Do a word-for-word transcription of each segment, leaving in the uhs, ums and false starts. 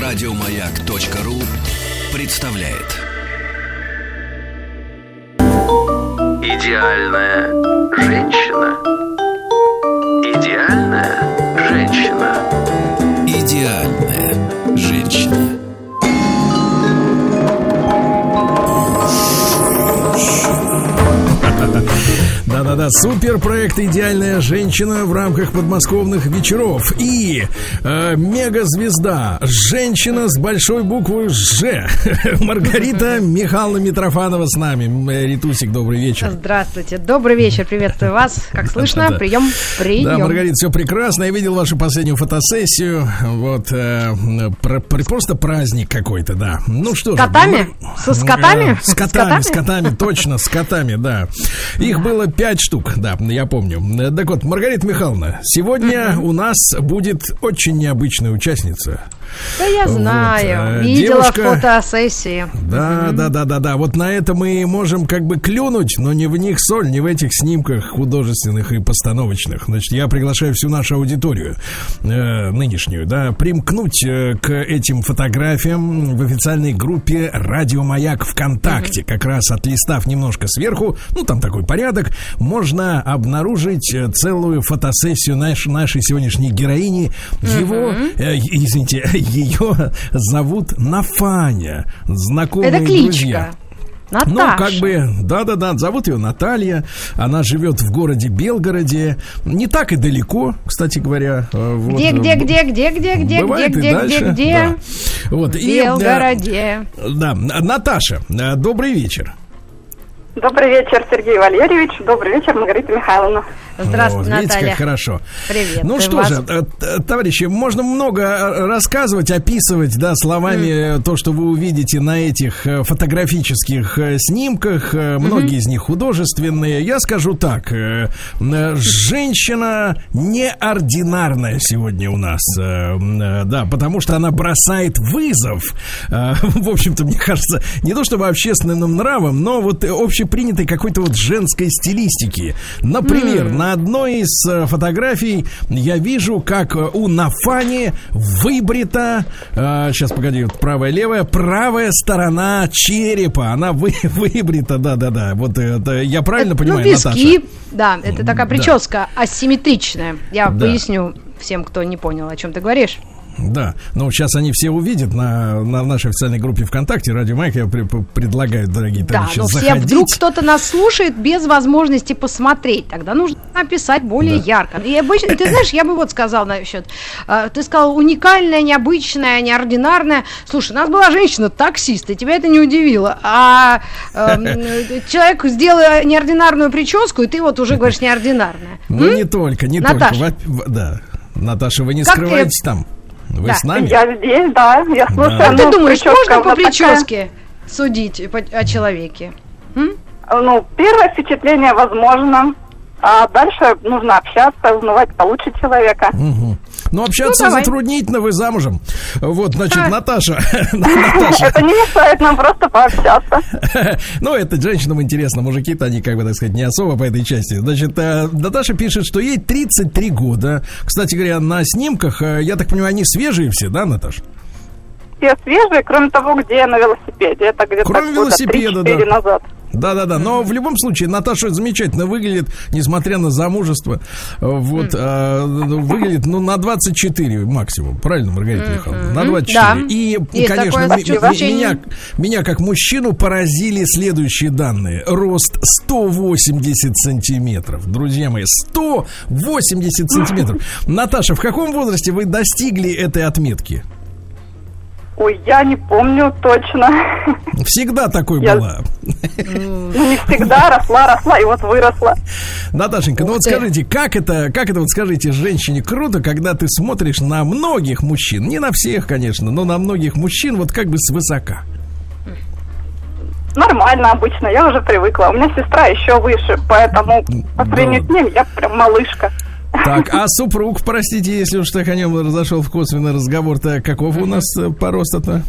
Радиомаяк.ру представляет. Идеальная женщина. Идеальная женщина. Идеальная женщина. Да-да-да, суперпроект «Идеальная женщина» в рамках подмосковных вечеров. И э, мегазвезда, женщина с большой буквы «Ж», Маргарита Михайловна Митрофанова с нами. Ритусик, добрый вечер. Здравствуйте, добрый вечер, приветствую вас. Как слышно, да, да, прием, прием. Да, Маргарита, все прекрасно. Я видел вашу последнюю фотосессию. Вот, э, про, про, просто праздник какой-то, да. Ну что с котами? Же, Со, с котами? Э, с котами, с котами, точно, с котами, да. Их было пять штук, да, я помню. Так вот, Маргарита Михайловна, сегодня у нас будет очень необычная участница. Да я знаю, вот, видела девушка... фотосессии. Да, mm-hmm. да, да, да, да. Вот на это мы можем как бы клюнуть, но не в них соль, не в этих снимках художественных и постановочных. Значит, я приглашаю всю нашу аудиторию э, нынешнюю, да, примкнуть э, к этим фотографиям в официальной группе «Радио Маяк» ВКонтакте. Mm-hmm. Как раз отлистав немножко сверху, ну там такой порядок, можно обнаружить целую фотосессию наш, нашей сегодняшней героини. Mm-hmm. Его, э, извините, ее зовут Нафаня. Знакомые это кличка. Друзья. Наташа. Ну, как бы, да-да-да, зовут ее Наталья. Она живет в городе Белгороде. Не так и далеко, кстати говоря. Вот. Где, где, где, где, где, где, бывает где, и где, дальше. где, где? Да. Вот. В Белгороде. И, да, Наташа, добрый вечер. Добрый вечер, Сергей Валерьевич. Добрый вечер, Маргарита Михайловна. Здравствуйте, вот, видите, Наталья. как хорошо. Привет. Ну что вас. же, товарищи, можно много рассказывать, описывать, да, словами mm. то, что вы увидите на этих фотографических снимках. Многие mm-hmm. из них художественные. Я скажу так: женщина неординарная сегодня у нас, да, потому что она бросает вызов, в общем-то, мне кажется, не то чтобы общественным нравам, но вот общепринятой какой-то вот женской стилистики. Например, mm. на одной из фотографий я вижу, как у Нафани выбрита, э, сейчас, погоди, вот правая, левая, правая сторона черепа. Она вы, выбрита, да-да-да. Вот это, я правильно это, понимаю, ну, виски, Наташа? Да, это такая прическа да. асимметричная. Я да. поясню всем, кто не понял, о чем ты говоришь. Да, ну сейчас они все увидят на, на нашей официальной группе ВКонтакте «Радио Маяк». Я при, предлагаю, дорогие товарищи, да, но заходить. все вдруг кто-то нас слушает без возможности посмотреть. Тогда нужно написать более да. ярко. И обычно, ты знаешь, я бы вот сказал насчет. Ты сказал уникальная, необычная, неординарная. Слушай, у нас была женщина-таксист, и тебя это не удивило. А э, человек сделал неординарную прическу, и ты вот уже говоришь неординарная. Ну М? не только, не Наташа. только. Да. Наташа, вы не как скрываетесь ты... там? Вы да. с нами? Я здесь, да, я слушаю. Да. Как ты думаешь, можно по прическе такая... судить о человеке? М? Ну, первое впечатление возможно, а дальше нужно общаться, узнавать получше человека. Угу. Ну, общаться ну, затруднительно, вы замужем. Вот, значит, а. Наташа. Это не мешает нам просто пообщаться. Ну, это женщинам интересно. Мужики-то, они, как бы, так сказать, не особо по этой части. Значит, Наташа пишет, что ей тридцать три года. Кстати говоря, на снимках, я так понимаю, они свежие все, да, Наташа? Все свежие, кроме того, где я на велосипеде. Это где-то кроме велосипеда, да. назад. Да-да-да, но в любом случае Наташа замечательно выглядит, несмотря на замужество. Вот, mm. а, выглядит, ну, на двадцать четыре максимум. Правильно, Маргарита mm-hmm. Михайловна? На двадцать четыре. Да. И, и, конечно, м- м- меня, меня как мужчину поразили следующие данные. Рост сто восемьдесят сантиметров. Друзья мои, сто восемьдесят сантиметров. Наташа, в каком возрасте вы достигли этой отметки? Ой, я не помню точно. Всегда такой я... была. Ну, не всегда, росла, росла и вот выросла. Наташенька, ну вот скажите, как это, как это вот скажите, женщине круто, когда ты смотришь на многих мужчин, не на всех, конечно, но на многих мужчин вот как бы свысока? Нормально, обычно, я уже привыкла. У меня сестра еще выше, поэтому по сравнению с ним я прям малышка. Так, а супруг, простите, если уж так о нем разошел в косвенный разговор-то, каков у нас по росту-то?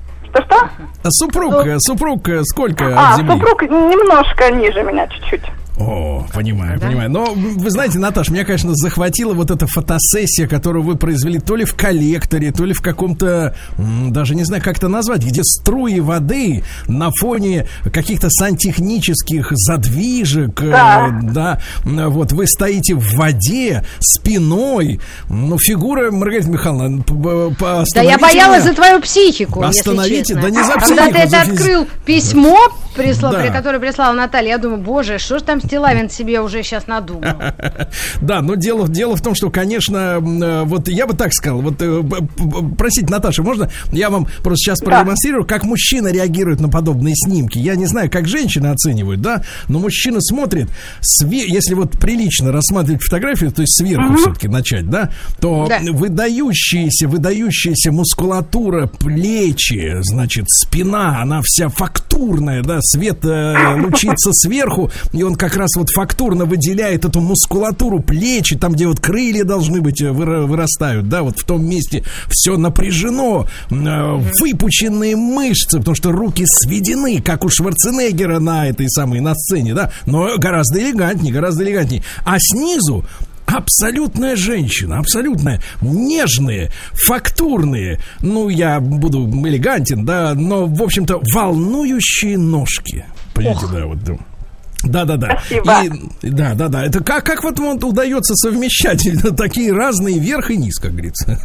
Что-что? А супруг, супруг сколько а, от земли? Супруг немножко ниже меня чуть-чуть. О, понимаю, Да? понимаю. Но вы знаете, Наташ, меня, конечно, захватила вот эта фотосессия, которую вы произвели то ли в коллекторе, то ли в каком-то, м, даже не знаю, как это назвать, где струи воды на фоне каких-то сантехнических задвижек. Да. э, да. Вот вы стоите в воде спиной. Ну, фигура, Маргарита Михайловна, п- п- Да остановите я боялась меня. за твою психику, Остановите, если честно. да не за Когда психику, ты это за физи- открыл письмо, прислал, Да. при которое прислала Наталья, я думаю, боже, что ж там Стилавин себе уже сейчас надумал. Да, но дело, дело в том, что, конечно, м, вот я бы так сказал, вот, э, б- б- простите, Наташа, можно я вам просто сейчас продемонстрирую, как мужчина реагирует на подобные снимки. Я не знаю, как женщины оценивают, да, но мужчина смотрит, све- если вот прилично рассматривать фотографию, то есть сверху все-таки начать, да, то Да. выдающаяся, выдающаяся мускулатура плечи, значит, спина, она вся фактурная, да, свет э, лучится сверху, и он как раз вот фактурно выделяет эту мускулатуру плечи, там, где вот крылья должны быть, э, выра- вырастают, да, вот в том месте все напряжено, э, выпученные мышцы, потому что руки сведены, как у Шварценеггера на этой самой, на сцене, да, но гораздо элегантнее, гораздо элегантнее. А снизу абсолютная женщина, абсолютная, нежные, фактурные, ну, я буду элегантен, да, но, в общем-то, волнующие ножки. Понимаете, да, вот, да. Да-да-да. Спасибо. И, да, да, да. Это как, как вот, вот удается совмещать такие разные верх и низ, как говорится.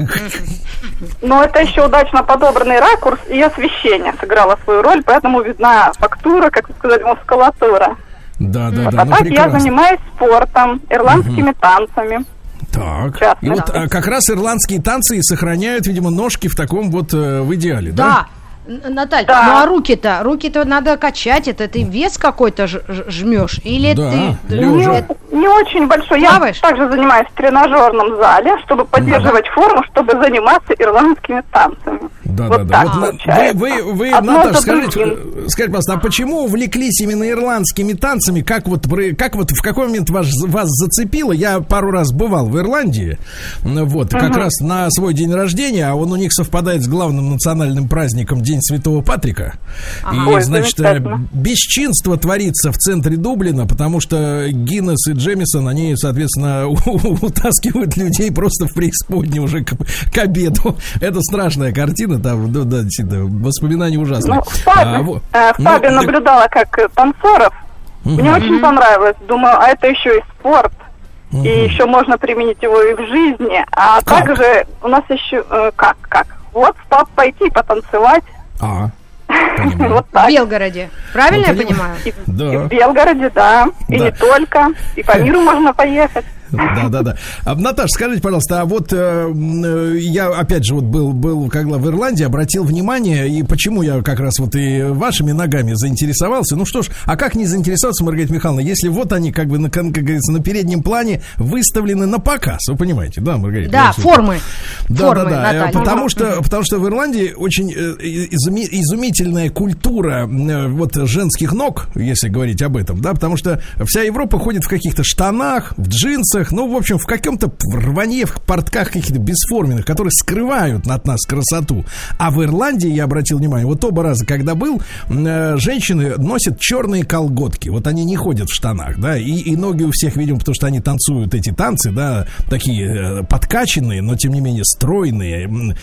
Но это еще удачно подобранный ракурс и освещение сыграло свою роль, поэтому видна фактура, как вы сказали, мускулатура. Да, да, Вот, да. а Ну, так я прекрасно. занимаюсь спортом, ирландскими танцами. Так. Часто. И вот а, как раз ирландские танцы и сохраняют, видимо, ножки в таком вот э, в идеале, да? Да. Н- Наталья, Да. ну а руки-то, руки-то надо качать, это ты вес какой-то ж- ж- жмешь, или Да, ты... лежа. Не, не очень большой. Плаваешь? Я также занимаюсь в тренажерном зале, чтобы поддерживать форму, чтобы заниматься ирландскими танцами. Да, Вот да, да. так Вот, на- получается. вы, вы, вы Одно Наташа, за скажите, другим. э, скажите, пожалуйста, а почему увлеклись именно ирландскими танцами? Как вот, про- как вот в какой момент вас, вас зацепило? Я пару раз бывал в Ирландии, м, вот, как раз на свой день рождения, а он у них совпадает с главным национальным праздником День Святого Патрика. И, Ой, значит, э, замечательно. бесчинство творится в центре Дублина, потому что Гиннес и Джемисон, они, соответственно, утаскивают людей просто в преисподнюю уже к, к обеду. Это страшная картина, там, да, да, действительно, воспоминания ужасные. Ну, в пабе, А, вот. э, в Ну, пабе так- наблюдала, как э, танцоров. Мне очень понравилось. Думаю, а это еще и спорт. И еще можно применить его и в жизни. А Как? также у нас еще... э, как, как? Вот в паб пойти потанцевать. А, понимаю. Вот В так. Белгороде. Правильно Ну, я понимаю? И, Да. и в Белгороде, да. И Да. не только. И по миру можно поехать. Да, да, да. А, Наташа, скажите, пожалуйста, а вот э, м, я опять же вот был, был когда в Ирландии, обратил внимание, и почему я как раз вот и вашими ногами заинтересовался. Ну что ж, а как не заинтересоваться, Маргарита Михайловна, если вот они как бы, на, как говорится, на переднем плане выставлены на показ, вы понимаете, да, Маргарита? Да, Я всё- формы. Да, Формы, да, да. Наталья. Э, Потому что, потому что в Ирландии очень э, изуми- изумительная культура э, вот женских ног, если говорить об этом, да, потому что вся Европа ходит в каких-то штанах, в джинсах, ну, в общем, в каком-то рване, в портках каких-то бесформенных, которые скрывают от нас красоту. А в Ирландии, я обратил внимание, вот оба раза, когда был, э, женщины носят черные колготки. Вот они не ходят в штанах, да, и, и ноги у всех, видимо, потому что они танцуют эти танцы, да, такие э, подкачанные, но тем не менее стройные, м,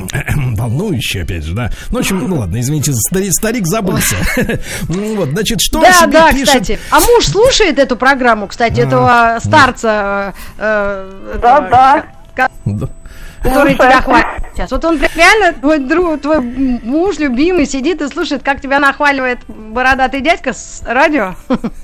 м, волнующие, опять же, да. Ну, в общем, ну ладно, извините, старик, старик забылся. Ну, вот, значит, что Да, себе да, пишет? кстати. А муж слушает эту программу, кстати, этого старца, э, Да, этого, да. ко- Да. который тебя хвалит сейчас. Вот он реально, твой друг, твой муж любимый сидит и слушает, как тебя нахваливает бородатый дядька с радио.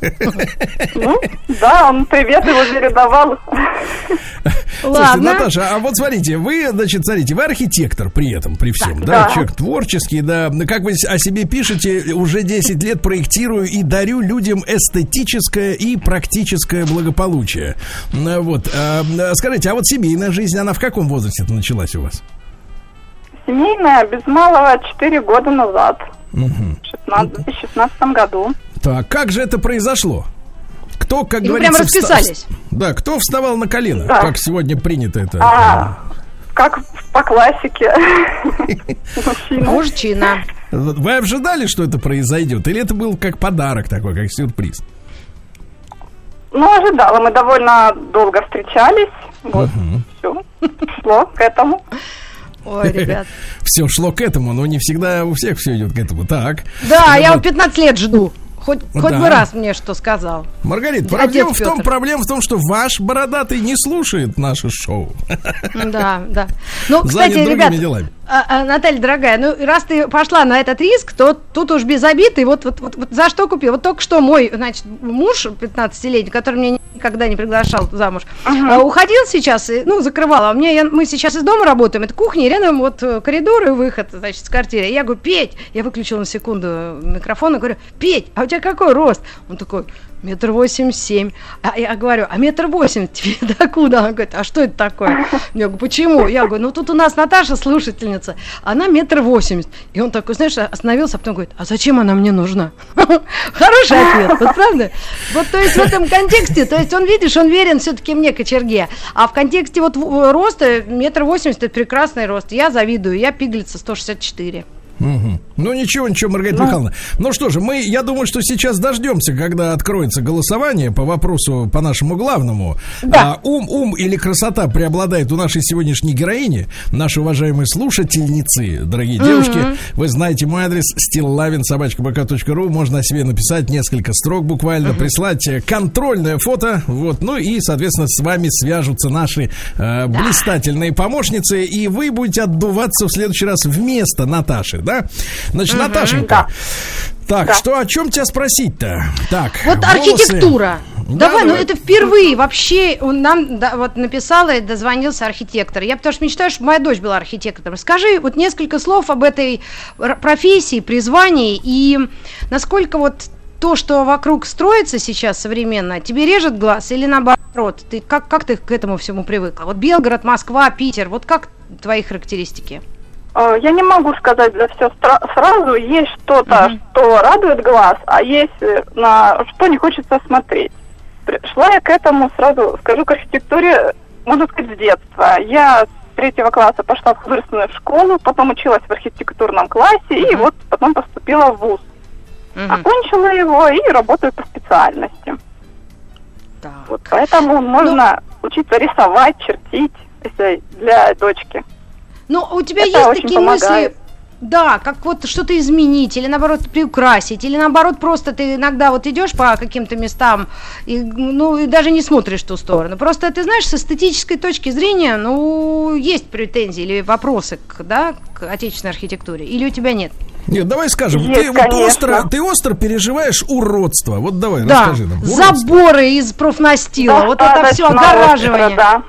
Ну, да, он привет его передавал. Слушайте, Ладно. Наташа, а вот смотрите, вы, значит, смотрите, вы архитектор при этом, при всем, Так, да, да. человек творческий, да, как вы о себе пишете, уже десять лет проектирую и дарю людям эстетическое и практическое благополучие. Ну, вот, а, скажите, а вот семейная жизнь, она в каком возрасте началась у вас? Семейная, без малого, четыре года назад. Угу. В шестнадцатом- в две тысячи шестнадцатом году. Так, как же это произошло? Кто, как И вы говорится, прям вста- расписались. Да, кто вставал на колено, Да. как сегодня принято это? А, как по классике. Мужчина. Мужчина. Вы ожидали, что это произойдет? Или это был как подарок такой, как сюрприз? Ну, ожидала. Мы довольно долго встречались. Вот, все. Шло к этому. Ой, ребят. Все шло к этому, но не всегда у всех все идет к этому. Так. Да, я вот пятнадцать лет жду. Хоть, Да. хоть бы раз мне что сказал. Маргарита, Отец проблема в, том, Пётр. проблема в том, что ваш бородатый не слушает наше шоу. Да, да. Ну, кстати, Занят другими ребят, делами. а, а, Наталья, дорогая, ну, раз ты пошла на этот риск, то тут уж без обид, и вот, вот, вот, вот за что купил? Вот только что мой, значит, муж пятнадцатилетний, который меня никогда не приглашал замуж, а, уходил сейчас, и, ну, закрывал, а мне, я, мы сейчас из дома работаем, это кухня, и рядом вот коридор и выход, значит, с квартиры. Я говорю: Петь, я выключила на секунду микрофон и говорю: Петь, а у тебя какой рост? Он такой: метр восемьдесят семь. А я говорю: а метр восемьдесят тебе докуда? Он говорит: а что это такое? Я говорю: почему? Я говорю: ну тут у нас Наташа, слушательница, она метр восемьдесят. И он такой, знаешь, остановился, а потом говорит: а зачем она мне нужна? Хороший ответ, вот правда? Вот, то есть в этом контексте, то есть он, видишь, он верен все-таки мне, кочерге. А в контексте вот роста метр восемьдесят, это прекрасный рост. Я завидую, я пигалица сто шестьдесят четыре. Угу. Ну ничего, ничего, Маргарита ну. Михайловна. Ну что же, мы, я думаю, что сейчас дождемся, когда откроется голосование по вопросу, по нашему главному. Да. А, ум, ум или красота преобладает у нашей сегодняшней героини, наши уважаемые слушательницы, дорогие mm-hmm. девушки. Вы знаете мой адрес: стиллавин собака бэ ка точка ру. Можно о себе написать несколько строк буквально, mm-hmm. прислать контрольное фото. Вот, ну и, соответственно, с вами свяжутся наши э, блистательные помощницы, и вы будете отдуваться в следующий раз вместо Наташи, да? Значит, угу, Наташенька, да. Так, да. что, о чем тебя спросить-то? Так, вот волосы. Архитектура. Да, давай, давай, ну это впервые вообще он нам да, вот написала и дозвонился архитектор. Я потому что мечтаю, чтобы моя дочь была архитектором. Скажи вот несколько слов об этой профессии, призвании, и насколько вот то, что вокруг строится сейчас современно, тебе режет глаз или наоборот? Ты, как, как ты к этому всему привыкла? Вот Белгород, Москва, Питер, вот как твои характеристики? Я не могу сказать за все сразу. Есть что-то, uh-huh. что радует глаз, а есть на что не хочется смотреть. Шла я к этому, сразу скажу, к архитектуре, можно сказать, с детства. Я с третьего класса пошла в художественную школу, потом училась в архитектурном классе uh-huh. и вот потом поступила в вуз. Uh-huh. Окончила его и работаю по специальности. Так. Вот, поэтому можно ну... учиться рисовать, чертить, если для дочки. Ну, у тебя это есть такие помогает. мысли, да, как вот что-то изменить, или наоборот приукрасить, или наоборот просто ты иногда вот идешь по каким-то местам, и, ну, и даже не смотришь в ту сторону. Просто ты знаешь, с эстетической точки зрения, ну, есть претензии или вопросы к, да, к отечественной архитектуре, или у тебя нет? Нет, давай скажем, есть, ты, вот остро, ты остро переживаешь уродство. Вот давай, да. расскажи нам. Уродство. Заборы из профнастила, да, вот это все огораживание. Остро, да.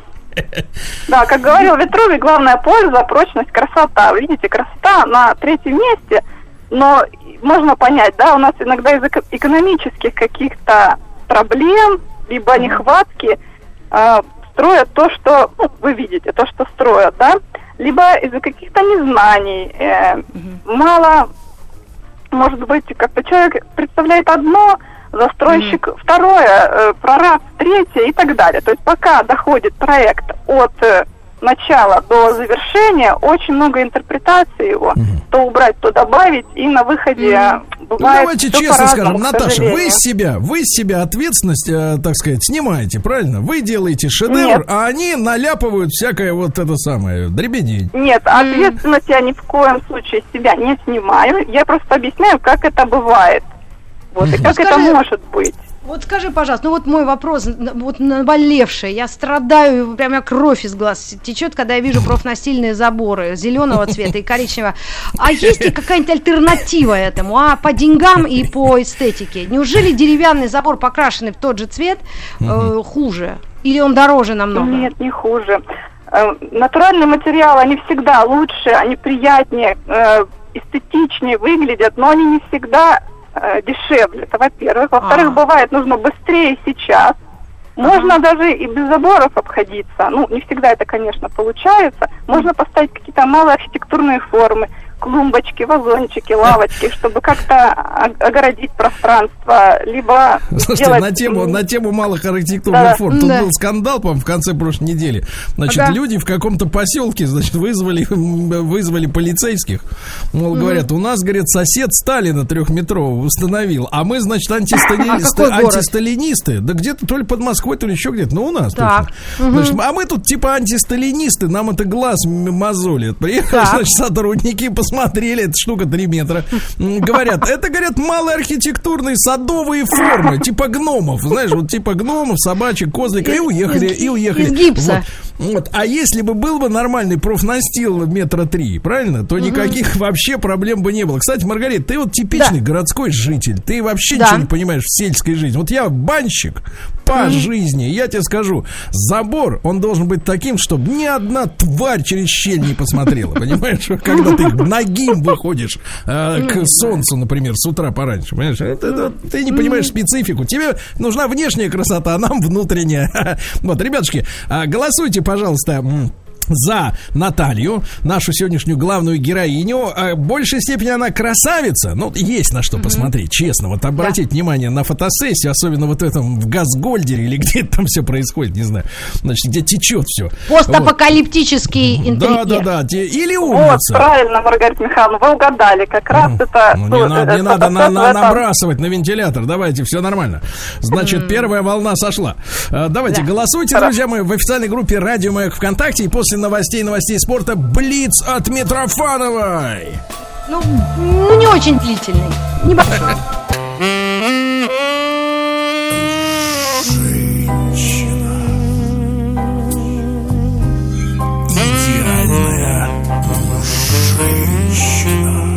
Да, как говорил Витрувий, главная польза, прочность, красота. Видите, красота на третьем месте, но можно понять, да, у нас иногда из экономических каких-то проблем, либо нехватки э, строят то, что, ну, вы видите, то, что строят, да, либо из-за каких-то незнаний. Э, мало, может быть, как-то человек представляет одно, застройщик mm-hmm. второе, э, прораб третье и так далее. То есть пока доходит проект от э, начала до завершения, очень много интерпретаций его, mm-hmm. то убрать, то добавить, и на выходе mm-hmm. бывает. Ну, давайте честно скажем, Наташа, вы с себя, вы с себя ответственность, э, так сказать, снимаете, правильно? Вы делаете шедевр, Нет. а они наляпывают всякое вот это самое дребедень. Нет, ответственность mm-hmm. я ни в коем случае с себя не снимаю. Я просто объясняю, как это бывает. Вот, и как скажи, это может быть? Вот скажи, пожалуйста, ну вот мой вопрос, вот наболевший, я страдаю, прямо кровь из глаз течет, когда я вижу профнастильные заборы зеленого цвета и коричневого. А есть ли какая-нибудь альтернатива этому, а по деньгам и по эстетике? Неужели деревянный забор, покрашенный в тот же цвет, э, хуже? Или он дороже намного? Нет, не хуже. Э, натуральные материалы, они всегда лучше, они приятнее, э, эстетичнее выглядят, но они не всегда... дешевле, это во-первых. Во-вторых, А-а-а. бывает, нужно быстрее сейчас. Можно А-а-а. даже и без заборов обходиться. Ну, не всегда это, конечно, получается. Можно поставить какие-то малые архитектурные формы. клумбочки, вазончики, лавочки, чтобы как-то огородить пространство, либо Слушайте, сделать... на тему, на тему малых архитектурных да. форм. Тут да. был скандал, по-моему, в конце прошлой недели. Значит, ага. люди в каком-то поселке, значит, вызвали, вызвали полицейских. Мол, говорят, у нас, говорит, сосед Сталина трехметрового установил, а мы, значит, антистали... а антисталинисты. Да где-то то ли под Москвой, то ли еще где-то. Ну, у нас так. точно. Угу. Значит, а мы тут типа антисталинисты, нам это глаз мозолит. Приехали, так. значит, сотрудники, посмотрели, эта штука три метра. Говорят, это, говорят, малые архитектурные садовые формы, типа гномов. Знаешь, вот типа гномов, собачек, козлика. И уехали, и уехали. Из гипса. Вот. Вот. А если бы был бы нормальный профнастил метра три, правильно, то никаких угу. вообще проблем бы не было. Кстати, Маргарита, ты вот типичный да. городской житель. Ты вообще да. ничего не понимаешь в сельской жизни. Вот я банщик по mm. жизни. Я тебе скажу, забор, он должен быть таким, чтобы ни одна тварь через щель не посмотрела. Понимаешь? Когда ты нагим выходишь э, к солнцу, например, с утра пораньше. Понимаешь? Это, это, ты не понимаешь специфику. Тебе нужна внешняя красота, а нам внутренняя. Вот, ребятушки, голосуйте, пожалуйста, за Наталью, нашу сегодняшнюю главную героиню. В большей степени она красавица. Ну, есть на что mm-hmm. посмотреть, честно. Вот обратить да. внимание на фотосессию, особенно вот в этом, в Газгольдере, или где там все происходит, не знаю. Значит, где течет все. Постапокалиптический вот. интерьер. Да, да, да. Или умница. Вот, правильно, Маргарита Михайловна, вы угадали. Как раз mm. это... Ну, не надо, не надо на, на, набрасывать на вентилятор. Давайте, все нормально. Значит, mm. первая волна сошла. Давайте, да. голосуйте, Хорошо. друзья мои, в официальной группе Радио Маяк ВКонтакте. И после новостей, новостей спорта Блиц от Митрофановой. Ну, ну не очень длительный. Небольшой. Женщина. Идеальная женщина.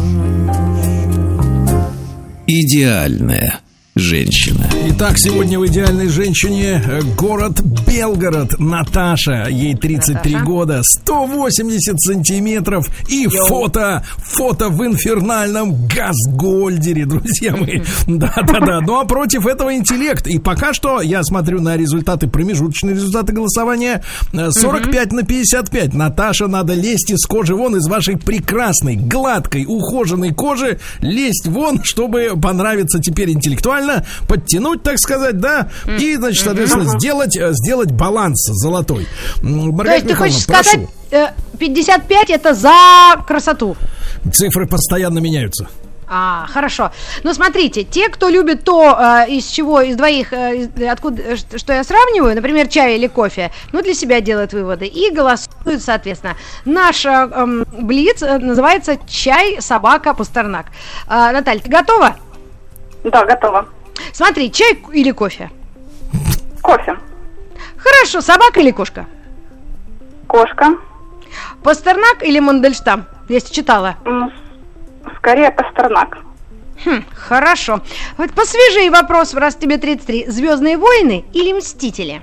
Идеальная женщина. Итак, сегодня в «Идеальной женщине» город Белгород. Наташа, ей тридцать три Наташа. года, сто восемьдесят сантиметров и Йоу. фото, фото в инфернальном Газгольдере, друзья мои. Да-да-да, ну а против этого интеллект. И пока что я смотрю на результаты, промежуточные результаты голосования, сорок пять на пятьдесят пять. Наташа, надо лезть из кожи вон, из вашей прекрасной, гладкой, ухоженной кожи, лезть вон, чтобы понравиться теперь интеллектуально, подтянуть, так сказать, да, и, значит, соответственно, сделать, сделать баланс золотой. Маргарита То есть ты хочешь прошу. сказать, пятьдесят пять это за красоту? Цифры постоянно меняются. А, хорошо. Ну, смотрите, те, кто любит то, э, из чего, из двоих, э, откуда, что я сравниваю, например, чай или кофе, ну, для себя делают выводы и голосуют, соответственно. Наш э, э, блиц называется «Чай, собака, Пастернак». Э, Наталья, ты готова? Да, готова. Смотри, чай или кофе? Кофе. Хорошо, собака или кошка? Кошка. Пастернак или Мандельштам? Если читала. Скорее Пастернак. Хм, хорошо. Вот посвежий вопрос, раз тебе тридцать три. «Звездные войны» или «Мстители»?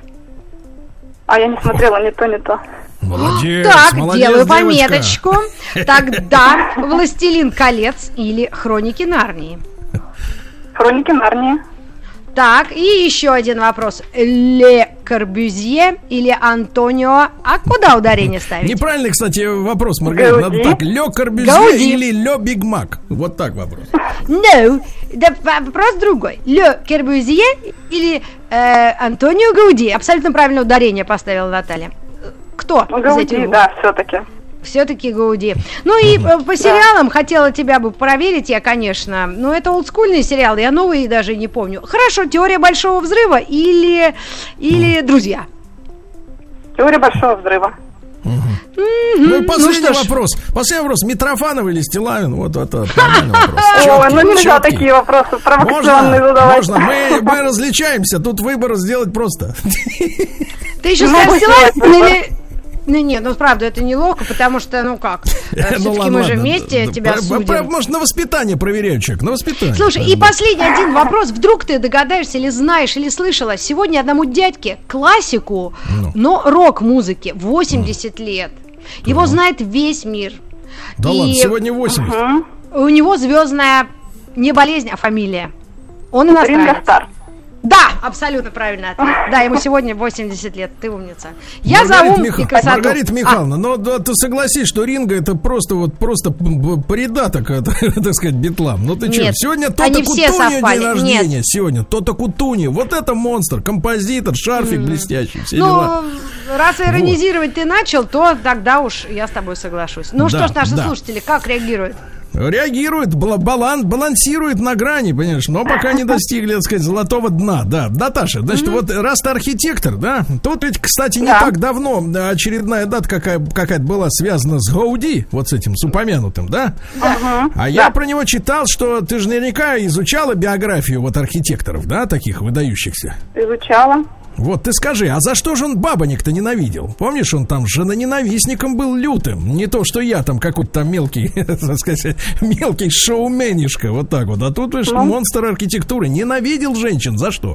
А я не смотрела ни то, ни то. Молодец, так, молодец, делаю девочка. пометочку. Тогда «Властелин колец» или «Хроники Нарнии»? Хроники Нарнии. Так, и еще один вопрос. Ле Корбюзье или Антонио? А куда ударение ставить? Неправильный, кстати, вопрос, Маргарита. Надо так, Ле Корбюзье Гауди. Или Ле Биг Мак? Вот так вопрос. No, да, вопрос другой. Ле Корбюзье или э, Антонио Гауди? Абсолютно правильное ударение поставила Наталья. Кто ну, из Гауди, этих двух? Да, все-таки. Все-таки Гауди. Ну и uh-huh. по сериалам да. хотела тебя бы проверить я, конечно. Но это олдскульный сериал, я новый даже не помню. Хорошо, «Теория большого взрыва» или, или uh-huh. «Друзья»? «Теория большого взрыва». Uh-huh. Mm-hmm. Ну и последний ну, вопрос. Последний вопрос. Митрофанова или Стилавин? Вот это нормальный вопрос. Ой, ну нельзя такие вопросы провокационные задавать. Можно, мы, мы различаемся. Тут выбор сделать просто. Ты еще скажешь Стилавин или... Ну нет, ну правда, это неловко, потому что, ну как, все-таки ну, мы же вместе да, тебя да, судим. Может, на воспитание проверяют человек, на воспитание. Слушай, и последний один вопрос. Вдруг ты догадаешься, или знаешь, или слышала, сегодня одному дядьке классику, ну. но рок-музыки, восемьдесят ну. лет. Его ну. знает весь мир. Да и ладно, сегодня восемьдесят. У него звездная не болезнь, а фамилия. Он иностранец. Ринго Стар. Да, абсолютно правильно ответ. Да, ему сегодня восемьдесят лет, ты умница. Я Маргарита за ум Миха... и красоту. Маргарита Михайловна, а. но да, ты согласись, что Ринго это просто вот просто придаток, так сказать, битлам. Ну ты что, сегодня Тота Кутуни день рождения, Нет. сегодня Тота Кутуни, вот это монстр, композитор, шарфик mm. блестящий, все ну, дела. Раз иронизировать вот. ты начал, то тогда уж я с тобой соглашусь. Ну да, что ж, наши да. слушатели, как реагируют? Реагирует, балан, балансирует на грани, понимаешь, но пока не достигли, так сказать, золотого дна. Да, Наташа, значит, mm-hmm. вот раз ты архитектор, да, тут ведь, кстати, не да. так давно очередная дата какая, какая-то была связана с Гауди, вот с этим, с упомянутым, да? Uh-huh. А да. я про него читал, что ты же наверняка изучала биографию вот архитекторов, да, таких выдающихся? Изучала. Вот ты скажи, а за что же он бабонек-то ненавидел? Помнишь, он там женоненавистником был лютым. Не то, что я там какой-то там мелкий, так сказать, мелкий шоуменишка, вот так вот. А тут, видишь, ну? монстр архитектуры ненавидел женщин. За что?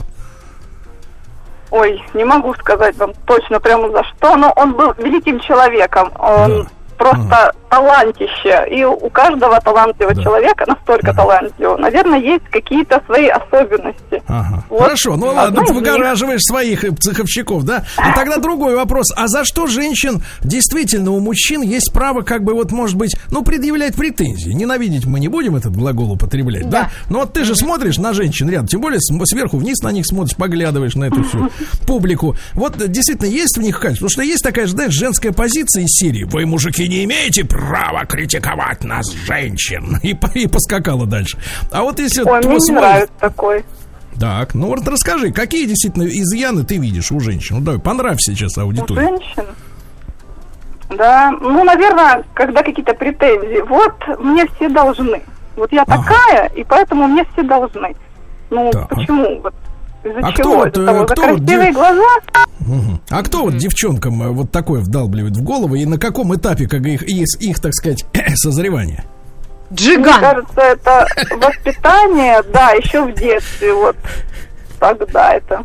Ой, не могу сказать вам точно прямо за что, но он был великим человеком. Он да. просто ага. талантище. И у каждого талантливого да. человека, настолько ага. талантливого, наверное, есть какие-то свои особенности. Ага. Вот. Хорошо, ну ладно, ты выгораживаешь своих цеховщиков, да? А тогда другой вопрос. А за что женщин, действительно, у мужчин есть право, как бы, вот, может быть, ну, предъявлять претензии? Ненавидеть мы не будем этот глагол употреблять, да? да? Но вот ты же смотришь на женщин рядом, тем более сверху вниз на них смотришь, поглядываешь на эту всю публику. Вот, действительно, есть в них качество? Потому что есть такая, знаешь, женская позиция из серии: вы, мужики, не имеете права критиковать нас, женщин. И, и поскакала дальше. А вот если... Ой, мне не нравится такой. Так, ну вот расскажи, какие действительно изъяны ты видишь у женщин? Ну давай, понравься сейчас аудитории. У женщин? Да, ну, наверное, когда какие-то претензии. Вот мне все должны. Вот я ага. такая, и поэтому мне все должны. Ну, так. почему? Вот из-за а чего? Кто, Из-за того, кто за красивые вот, глаза? Угу. А кто вот девчонкам вот такое вдалбливает в голову? И на каком этапе, как их, их, их так сказать, созревания? Джиган. Мне кажется, это воспитание, да, еще в детстве, вот тогда это.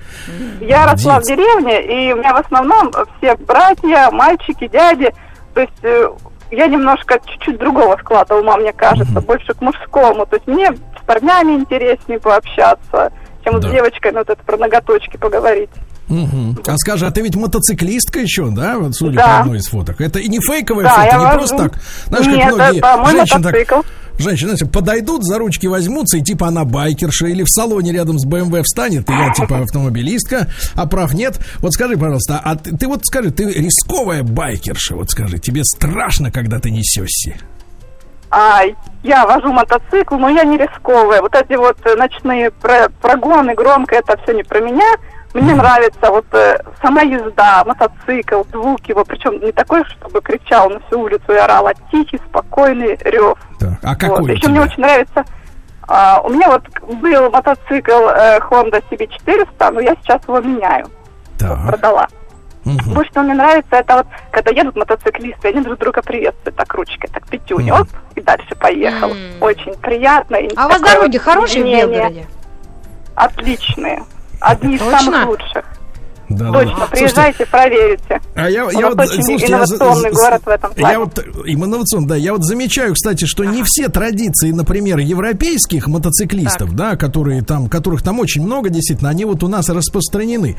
Я росла в деревне, и у меня в основном все братья, мальчики, дяди, то есть я немножко чуть-чуть другого склада ума, мне кажется, угу. больше к мужскому, то есть мне с парнями интереснее пообщаться, чем да. с девочками вот это про ноготочки поговорить. Угу. А скажи, а ты ведь мотоциклистка еще, да? Вот судя да. по одной из фоток. Это и не фейковое да, фото, не вожу. просто так. Знаешь, Нет, как многие это мой женщины мотоцикл. так, женщины, знаете, подойдут, за ручки возьмутся, и типа она байкерша, или в салоне рядом с бэ эм вэ встанет, и я типа автомобилистка, а прав нет. Вот скажи, пожалуйста, а ты, ты вот скажи, ты рисковая байкерша, вот скажи, тебе страшно, когда ты несешься? А, я вожу мотоцикл, но я не рисковая. Вот эти вот ночные про- прогоны, громко, это все не про меня. Мне нравится вот э, сама езда, мотоцикл, звук его, причем не такой, чтобы кричал на всю улицу и орал, а тихий, спокойный рев. Так, а какой вот. у Еще тебя? мне очень нравится, э, у меня вот был мотоцикл э, Honda си би четыреста, но я сейчас его меняю, вот, продала. Угу. Больше всего мне нравится, это вот, когда едут мотоциклисты, они друг друга приветствуют так ручкой, так пятюню, угу. оп, и дальше поехал. Mm. Очень приятно. А у вас дороги вот хорошие в Белгороде? Отличные. Одни Точно? из самых лучших. Да, Точно, да. приезжайте, Слушайте, проверите. А я, я вот, очень слушайте, инновационный я, город в этом плане. Я вот, инновационный, да. Я вот замечаю, кстати, что не все традиции, например, европейских мотоциклистов, так. да, которые там, которых там очень много, действительно, они вот у нас распространены.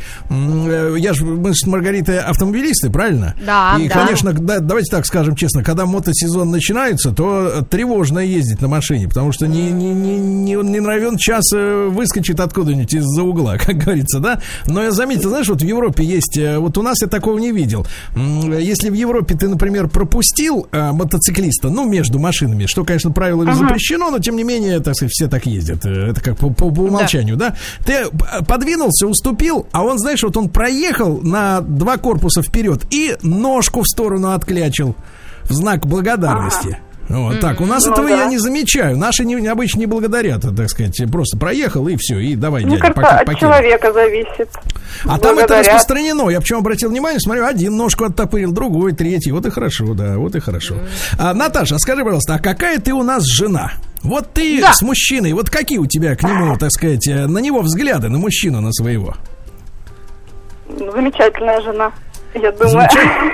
Я же, мы с Маргаритой автомобилисты, правильно? Да, И, да. конечно, да, давайте так скажем честно, когда мотосезон начинается, то тревожно ездить на машине, потому что не, не, не, не, не равен час выскочит откуда-нибудь из-за угла, как говорится, да. Но я заметил, знаешь, вот в Европе есть, вот у нас я такого не видел. Если в Европе ты, например, пропустил а, мотоциклиста, ну, между машинами, что, конечно, правилами uh-huh. запрещено, но, тем не менее, так сказать, все так ездят. Это как по, по, по умолчанию, да. да? Ты подвинулся, уступил, а он, знаешь, вот он проехал на два корпуса вперед и ножку в сторону отклячил в знак благодарности. Uh-huh. Вот, mm-hmm. так, у нас ну, этого да. я не замечаю. Наши не, обычно не благодарят, так сказать. Просто проехал и все, и давай, Мне дядя, кажется, поки, от человека зависит. А там это распространено. Я почему обратил внимание, смотрю, один ножку оттопырил, другой, третий. Вот и хорошо, да, вот и хорошо. Mm-hmm. а, Наташа, скажи, пожалуйста, а какая ты у нас жена? Вот ты да. с мужчиной, вот какие у тебя к нему, так сказать, на него взгляды, на мужчину, на своего? Замечательная жена, я думаю.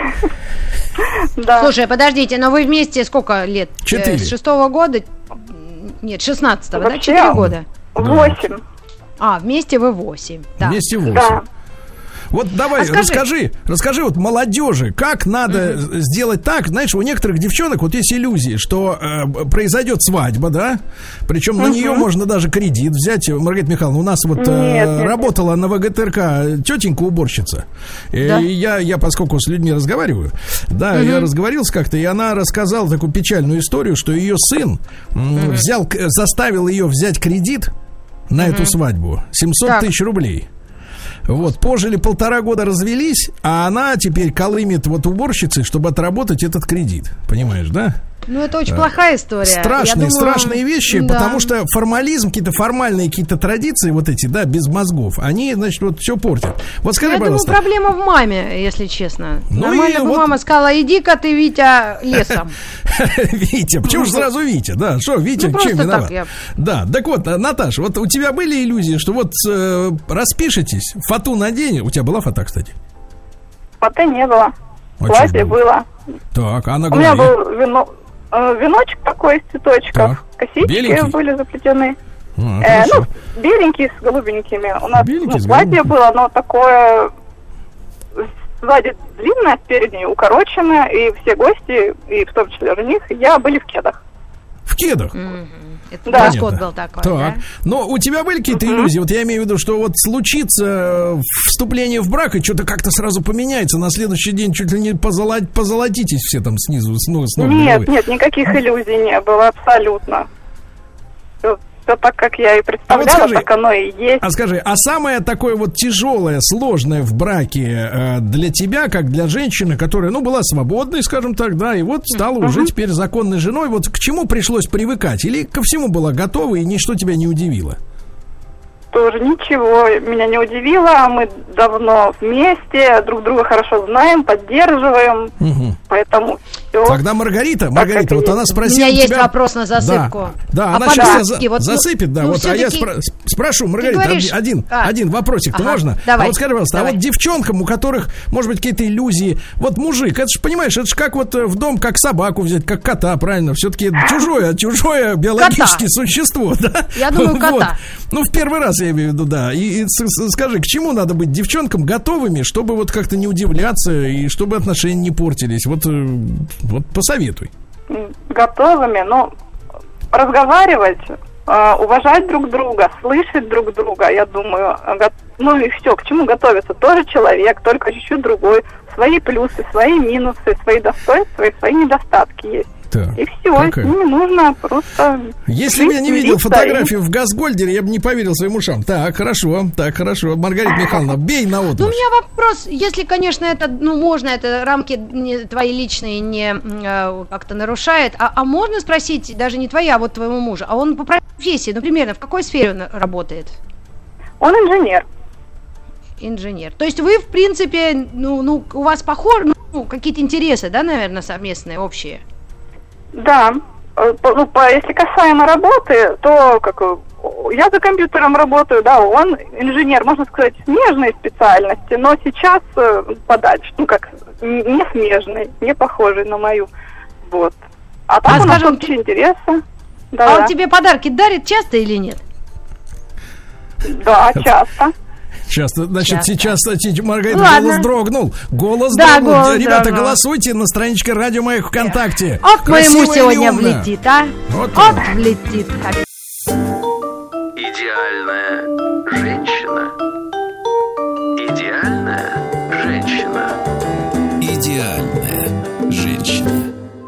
Да. Слушай, подождите, но вы вместе сколько лет? Четыре. С шестого года? Нет, шестнадцатого, Вообще, да? Четыре года. Восемь. А, вместе вы восемь. Да. Вместе восемь. Да. Вот давай, а скажи. расскажи, расскажи вот молодежи, как надо угу. сделать так, знаешь, у некоторых девчонок вот есть иллюзии, что э, произойдет свадьба, да, причем угу. на нее можно даже кредит взять. Маргарита Михайловна, у нас вот э, нет, нет, работала нет. на ВГТРК тетенька-уборщица, да? и я, я, поскольку с людьми разговариваю, да, угу. я разговорился как-то, и она рассказала такую печальную историю, что ее сын угу. взял, заставил ее взять кредит на угу. эту свадьбу, семьсот тысяч рублей. Вот, пожили полтора года, развелись, а она теперь колымет вот уборщицей, чтобы отработать этот кредит. Понимаешь, да? Ну, это очень плохая история. Страшные, думаю, страшные вещи, да. потому что формализм, какие-то формальные какие-то традиции, вот эти, да, без мозгов, они, значит, вот все портят. Вот скажи, Я пожалуйста. думаю, проблема в маме, если честно. Ну Нормально бы вот... мама сказала, иди-ка ты, Витя, лесом. Витя, почему же сразу Витя? Да, что, Витя, ну, чем виноват? Так, я... Да, так вот, Наташа, вот у тебя были иллюзии, что вот э, распишитесь, фату надень. У тебя была фата, кстати? Фаты не было. А платье было. Так, а на голове? У меня был вино... веночек такой из цветочков, так. Косички беленький. Были заплетены. А, э, ну, беленький с голубенькими. У нас ну, платье было, но такое сзади длинное, спереди укороченное, и все гости, и в том числе жених, я были в кедах. В кедах? Mm-hmm. Это да. Понятно. Был такой, так. да? Но у тебя были какие-то uh-huh. иллюзии? Вот я имею в виду, что вот случится вступление в брак, и что-то как-то сразу поменяется. На следующий день чуть ли не позолот... позолотитесь все там снизу, с ног, с ног Нет, нет, никаких иллюзий не было абсолютно. Все, все так, как я и представляла, а вот скажи, так оно и есть. А скажи, а самое такое вот тяжелое, сложное в браке э, для тебя, как для женщины, которая, ну, была свободной, скажем так, да, и вот стала uh-huh. уже теперь законной женой, вот к чему пришлось привыкать? Или ко всему была готова и ничто тебя не удивило? Тоже ничего меня не удивило. Мы давно вместе, друг друга хорошо знаем, поддерживаем. Угу. Поэтому все. Тогда Маргарита, Маргарита, вот она спросила. У меня есть тебя... вопрос на засыпку. Да, да а она сейчас за... вот, засыпет, да. Ну, вот, а я спро... спрошу, Маргарита, говоришь... один, а. один вопросик-то ага, можно? Давай, а вот скажи, пожалуйста, давай. А вот девчонкам, у которых, может быть, какие-то иллюзии, вот мужик, это же, понимаешь, это же как вот в дом, как собаку взять, как кота, правильно? Все-таки чужое, чужое биологическое кота. Существо, да? Я думаю, кота. Вот. Ну, в первый раз я имею в виду, да. И, и скажи, к чему надо быть девчонкам готовыми, чтобы вот как-то не удивляться и чтобы отношения не портились? Вот, вот посоветуй. Готовыми, ну, разговаривать, э, уважать друг друга, слышать друг друга, я думаю. Го- ну и все, к чему готовиться? Тоже человек, только чуть-чуть другой. Свои плюсы, свои минусы, свои достоинства и свои недостатки есть. Так, и все, какая? С ними нужно просто... Если бы я не видел фотографию и... в Газгольдере, я бы не поверил своим ушам. Так, хорошо, так, хорошо. Маргарита Михайловна, бей на отмашь. Ну, у меня вопрос, если, конечно, это, ну, можно, это рамки не, твои личные не э, как-то нарушает, а, а можно спросить, даже не твои, а вот твоего мужа, а он по профессии, ну, примерно, в какой сфере он работает? Он инженер. Инженер. То есть вы, в принципе, ну, ну у вас похожи, ну, какие-то интересы, да, наверное, совместные, общие? Да, ну, по, если касаемо работы, то как я за компьютером работаю, да, он инженер, можно сказать, смежной специальности, но сейчас подальше, ну как, не смежной, не похожей на мою, вот. А так а, у нас скажем, общие интересы. Да, а да. он тебе подарки дарит часто или нет? Да, часто. Часто, значит, Часто. сейчас Маргарита Ладно. голос дрогнул. Голос да, дрогнул. Голос Ребята, дрогнул. Голосуйте на страничке Радио Маяк ВКонтакте. Ох, моему сегодня влетит, а? Вот Ох, влетит. Идеальная женщина. Идеальная женщина. Идеальная женщина.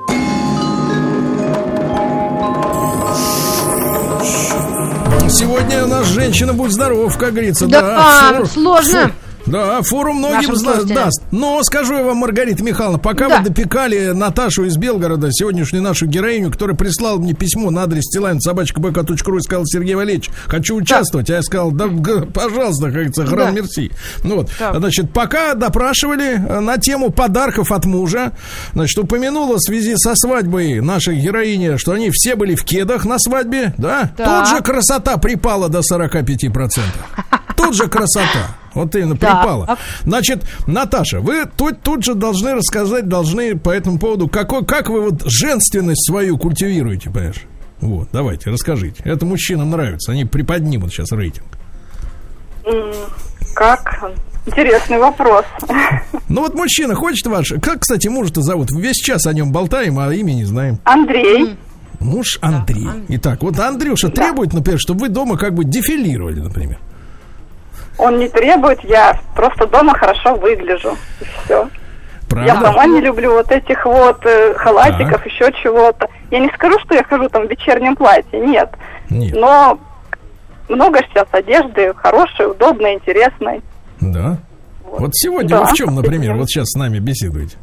Сегодня у нас женщина будь здоров, как говорится. Да, да фор, сложно. Фор, да, форум многим зна- даст. Но скажу я вам, Маргарита Михайловна, пока да. вы допекали Наташу из Белгорода, сегодняшнюю нашу героиню, которая прислала мне письмо на адрес стилайн собака бэ ка точка ру и сказал: Сергей Валерьевич, хочу участвовать. Да. А я сказал: да, пожалуйста, как говорится, гран да. мерси. Ну вот, да. Значит, пока допрашивали на тему подарков от мужа, значит, упомянула в связи со свадьбой нашей героини, что они все были в кедах на свадьбе, да? да. Тут же красота припала до сорок пять процентов. Тут же красота. Вот именно, да. припала. Значит, Наташа, вы тут, тут же должны рассказать, должны по этому поводу, какой, как вы вот женственность свою культивируете, понимаешь? Вот, давайте, расскажите. Это мужчинам нравится, они приподнимут сейчас рейтинг. Как? Интересный вопрос. Ну вот мужчина хочет ваш... Как, кстати, мужа-то зовут? Весь час о нем болтаем, а имя не знаем. Андрей. Муж Андрей. Да, Итак, вот Андрюша да. требует, например, чтобы вы дома как бы дефилировали, например. Он не требует, я просто дома хорошо выгляжу. И все. Правда? Я сама не люблю вот этих вот э, халатиков, так. еще чего-то. Я не скажу, что я хожу там в вечернем платье, нет. нет. Но много сейчас одежды хорошей, удобной, интересной. Да. Вот, вот сегодня да. вы в чем, например, вот сейчас с нами беседуете?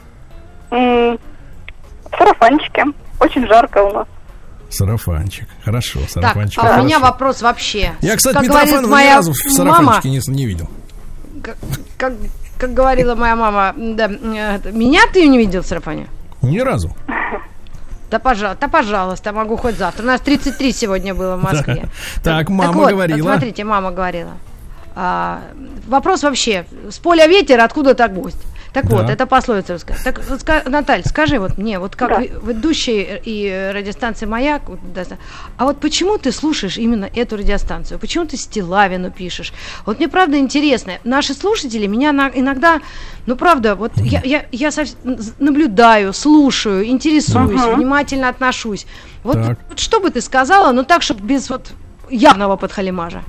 М-м, в сарафанчике. Очень жарко у нас. Сарафанчик. Хорошо, сарафанчик. Так, а хорошо. у меня вопрос вообще. Я, кстати, как Митрофанова ни моя разу в сарафанчике мама, не, не видел. Как, как, как говорила моя мама, да, меня ты не видел в сарафане? Ни разу. Да, пожалуйста, да, пожалуйста, могу хоть завтра. У нас тридцать три сегодня было в Москве. Так, мама вот, говорила. Смотрите, мама говорила. А, вопрос вообще, с поля ветер, откуда так гвоздь? Так да. вот, это пословица русская. Так, вот, Наталья, скажи вот мне, вот как да. ведущий и радиостанции «Маяк», а вот почему ты слушаешь именно эту радиостанцию? Почему ты Стилавину пишешь? Вот мне правда интересно. Наши слушатели меня иногда, ну правда, вот mm. я, я, я совсем наблюдаю, слушаю, интересуюсь, uh-huh. внимательно отношусь. Вот, вот, вот что бы ты сказала, ну так, чтобы без вот явного подхалимажа?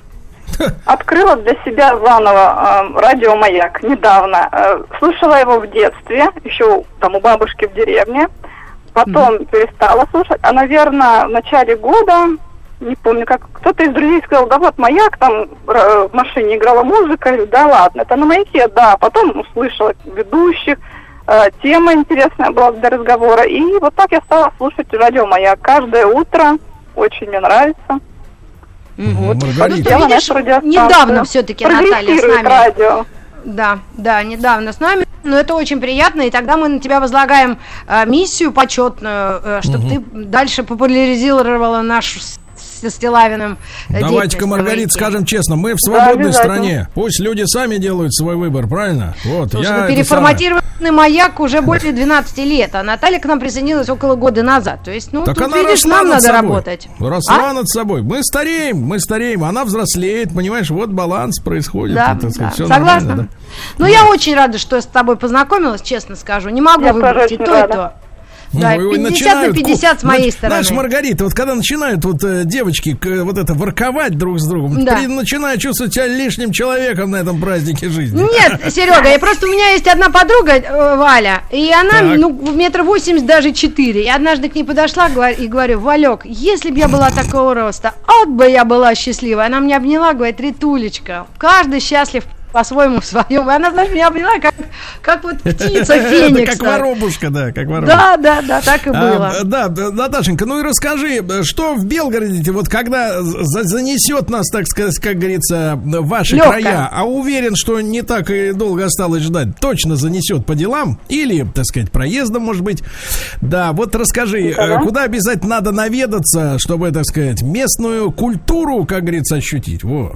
Открыла для себя заново э, радио «Маяк» недавно. Э, слушала его в детстве, еще там у бабушки в деревне. Потом mm-hmm. перестала слушать. А, наверное, в начале года, не помню, как кто-то из друзей сказал, да вот «Маяк», там э, в машине играла музыка. Я говорю, да ладно, это на «Маяке», да. Потом услышала ведущих, э, тема интересная была для разговора. И вот так я стала слушать радио «Маяк» каждое утро. Очень мне нравится. Mm-hmm. Вот. Маргарита. Ну, видишь, недавно все-таки Наталья с нами. Радио. Да, да, недавно с нами. Но это очень приятно, и тогда мы на тебя возлагаем э, миссию почетную, э, чтобы mm-hmm. ты дальше популяризировала нашу со Стилавиным. Давайте-ка, Маргарита, скажем честно, мы в свободной да, стране. Пусть люди сами делают свой выбор, правильно? Вот, слушай, я переформатированный самое... «Маяк» уже больше двенадцати лет, а Наталья к нам присоединилась около года назад. То есть, ну, так тут, видишь, нам надо собой. работать. Росла а? над собой. Мы стареем, мы стареем, она взрослеет, понимаешь, вот баланс происходит. Да, так сказать, да. Все согласна. Да? Ну, да. я очень рада, что я с тобой познакомилась, честно скажу. Не могу я выбрать и то, рада. и то. Да, ну, пятьдесят на пятьдесят с моей стороны. Знаешь, Маргарита, вот когда начинают вот э, девочки к, вот это ворковать друг с другом, да. при, начинаю чувствовать себя лишним человеком на этом празднике жизни. Нет, Серега, я просто у меня есть одна подруга, э, Валя, и она, так. ну, метр восемьдесят, даже четыре. И однажды к ней подошла и говорю, Валек, если бы я была такого роста, от бы я была счастлива. Она меня обняла, говорит, Ритулечка, каждый счастлив по-своему в своем. И она, знаешь, меня обняла, как, как вот птица Феникс. Как воробушка, да, как воробушка. Да, да, да, так и было. А, да, Наташенька, ну и расскажи, что в Белгороде, вот когда занесет нас, так сказать, как говорится, в ваши Лёгко. края, а уверен, что не так и долго осталось ждать, точно занесет по делам или, так сказать, проездом, может быть. Да, вот расскажи, да. куда обязательно надо наведаться, чтобы, так сказать, местную культуру, как говорится, ощутить. Во.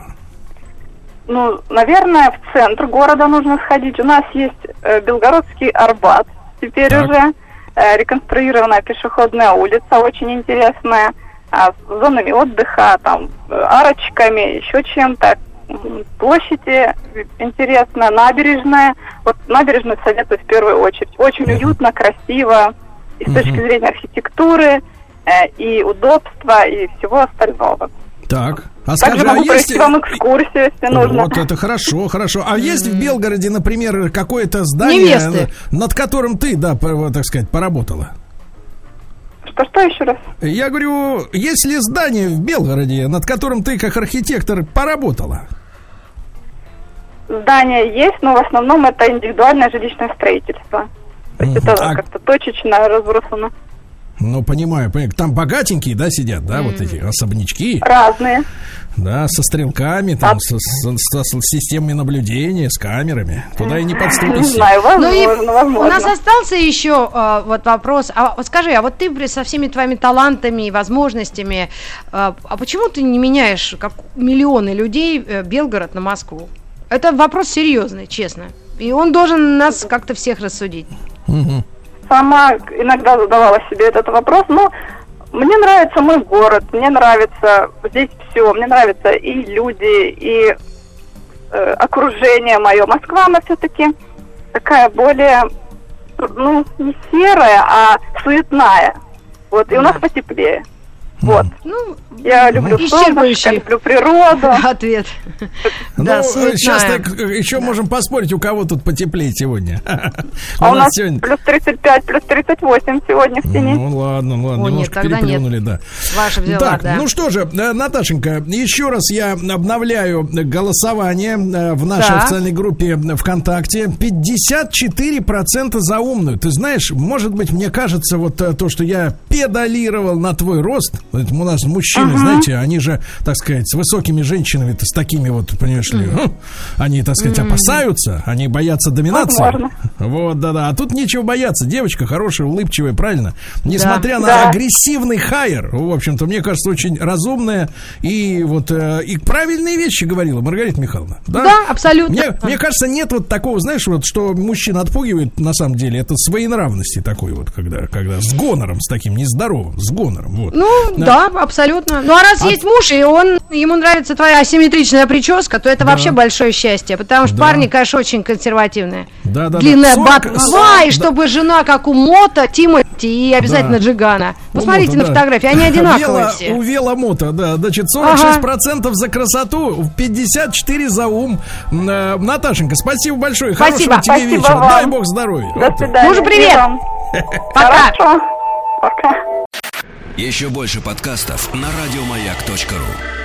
Ну, наверное, в центр города нужно сходить. У нас есть э, Белгородский Арбат, теперь так. уже э, реконструированная пешеходная улица, очень интересная, э, с зонами отдыха, там, э, арочками, еще чем-то. Площади интересная, набережная. Вот набережную советую в первую очередь. Очень uh-huh. уютно, красиво, и с uh-huh. точки зрения архитектуры, э, и удобства, и всего остального. Так, а Также скажи, могу а есть... вам экскурсию, если нужно. Вот это хорошо, хорошо. А есть в Белгороде, например, какое-то здание, Невесты. над которым ты, да, так сказать, поработала? Что-что еще раз? Я говорю, есть ли здание в Белгороде, над которым ты, как архитектор, поработала? Здание есть, но в основном это индивидуальное жилищное строительство. То есть mm-hmm. это а... как-то точечно разбросано. Ну, понимаю, понимаю. Там богатенькие, да, сидят, да, mm. вот эти особнячки. Разные. Да, со стрелками, там, а... со, со, со, с системами наблюдения, с камерами. Туда и не подступишься. Не знаю, возможно, ну, и возможно. У нас остался еще э, вот вопрос. А вот скажи, а вот ты со всеми твоими талантами и возможностями, э, а почему ты не меняешь, как миллионы людей, э, Белгород на Москву? Это вопрос серьезный, честно. И он должен нас как-то всех рассудить. Угу. Сама иногда задавала себе этот вопрос, но мне нравится мой город, мне нравится здесь все, мне нравятся и люди, и э, окружение мое. Москва, она все-таки такая более, ну, не серая, а суетная. Вот, и у нас потеплее. Вот. Ну, я люблю солнышко, люблю природу. Ответ. Ну, да, сейчас так еще да. можем поспорить, у кого тут потеплее сегодня. А у нас сегодня плюс тридцать пять, плюс тридцать восемь сегодня в тени. Ну ладно, ладно, О, немножко нет, переплюнули, да. Ваша взяла, так, да. ну что же, Наташенька, еще раз я обновляю голосование в нашей да. официальной группе ВКонтакте. пятьдесят четыре процента за умную. Ты знаешь, может быть, мне кажется, вот то, что я педалировал на твой рост. У нас мужчины, uh-huh. знаете, они же, так сказать, с высокими женщинами, с такими вот, понимаешь ли, uh-huh. они, так сказать, uh-huh. опасаются, они боятся доминации. Возможно. Вот, да-да. А тут нечего бояться. Девочка хорошая, улыбчивая, правильно. Несмотря да. на да. агрессивный хайер, в общем-то, мне кажется, очень разумная и вот э, и правильные вещи говорила Маргарита Михайловна. Да, да абсолютно. Мне, мне кажется, нет вот такого, знаешь, вот, что мужчина отпугивает, на самом деле, это своенравности такой вот, когда, когда с гонором, с таким нездоровым, с гонором. Вот. Ну, да. да. Абсолютно. Ну, а раз а... есть муж, и он, ему нравится твоя асимметричная прическа, то это да. вообще большое счастье, потому что да. парни, конечно, очень консервативные. Да, да, длинная да. ботва, и чтобы да. жена, как у Мота, Тимати и обязательно да. Джигана. Посмотрите Мота, на да. фотографии, они одинаковые Вела, все. У Веломота, да, значит, сорок шесть процентов ага. за красоту, пятьдесят четыре процента за ум. Наташенька, спасибо большое. Спасибо. Хорошего тебе спасибо вечера. Вам. Дай бог здоровья. До свидания. Мужу привет. Пока. Хорошо. Пока. Еще больше подкастов на радиомаяк точка ру.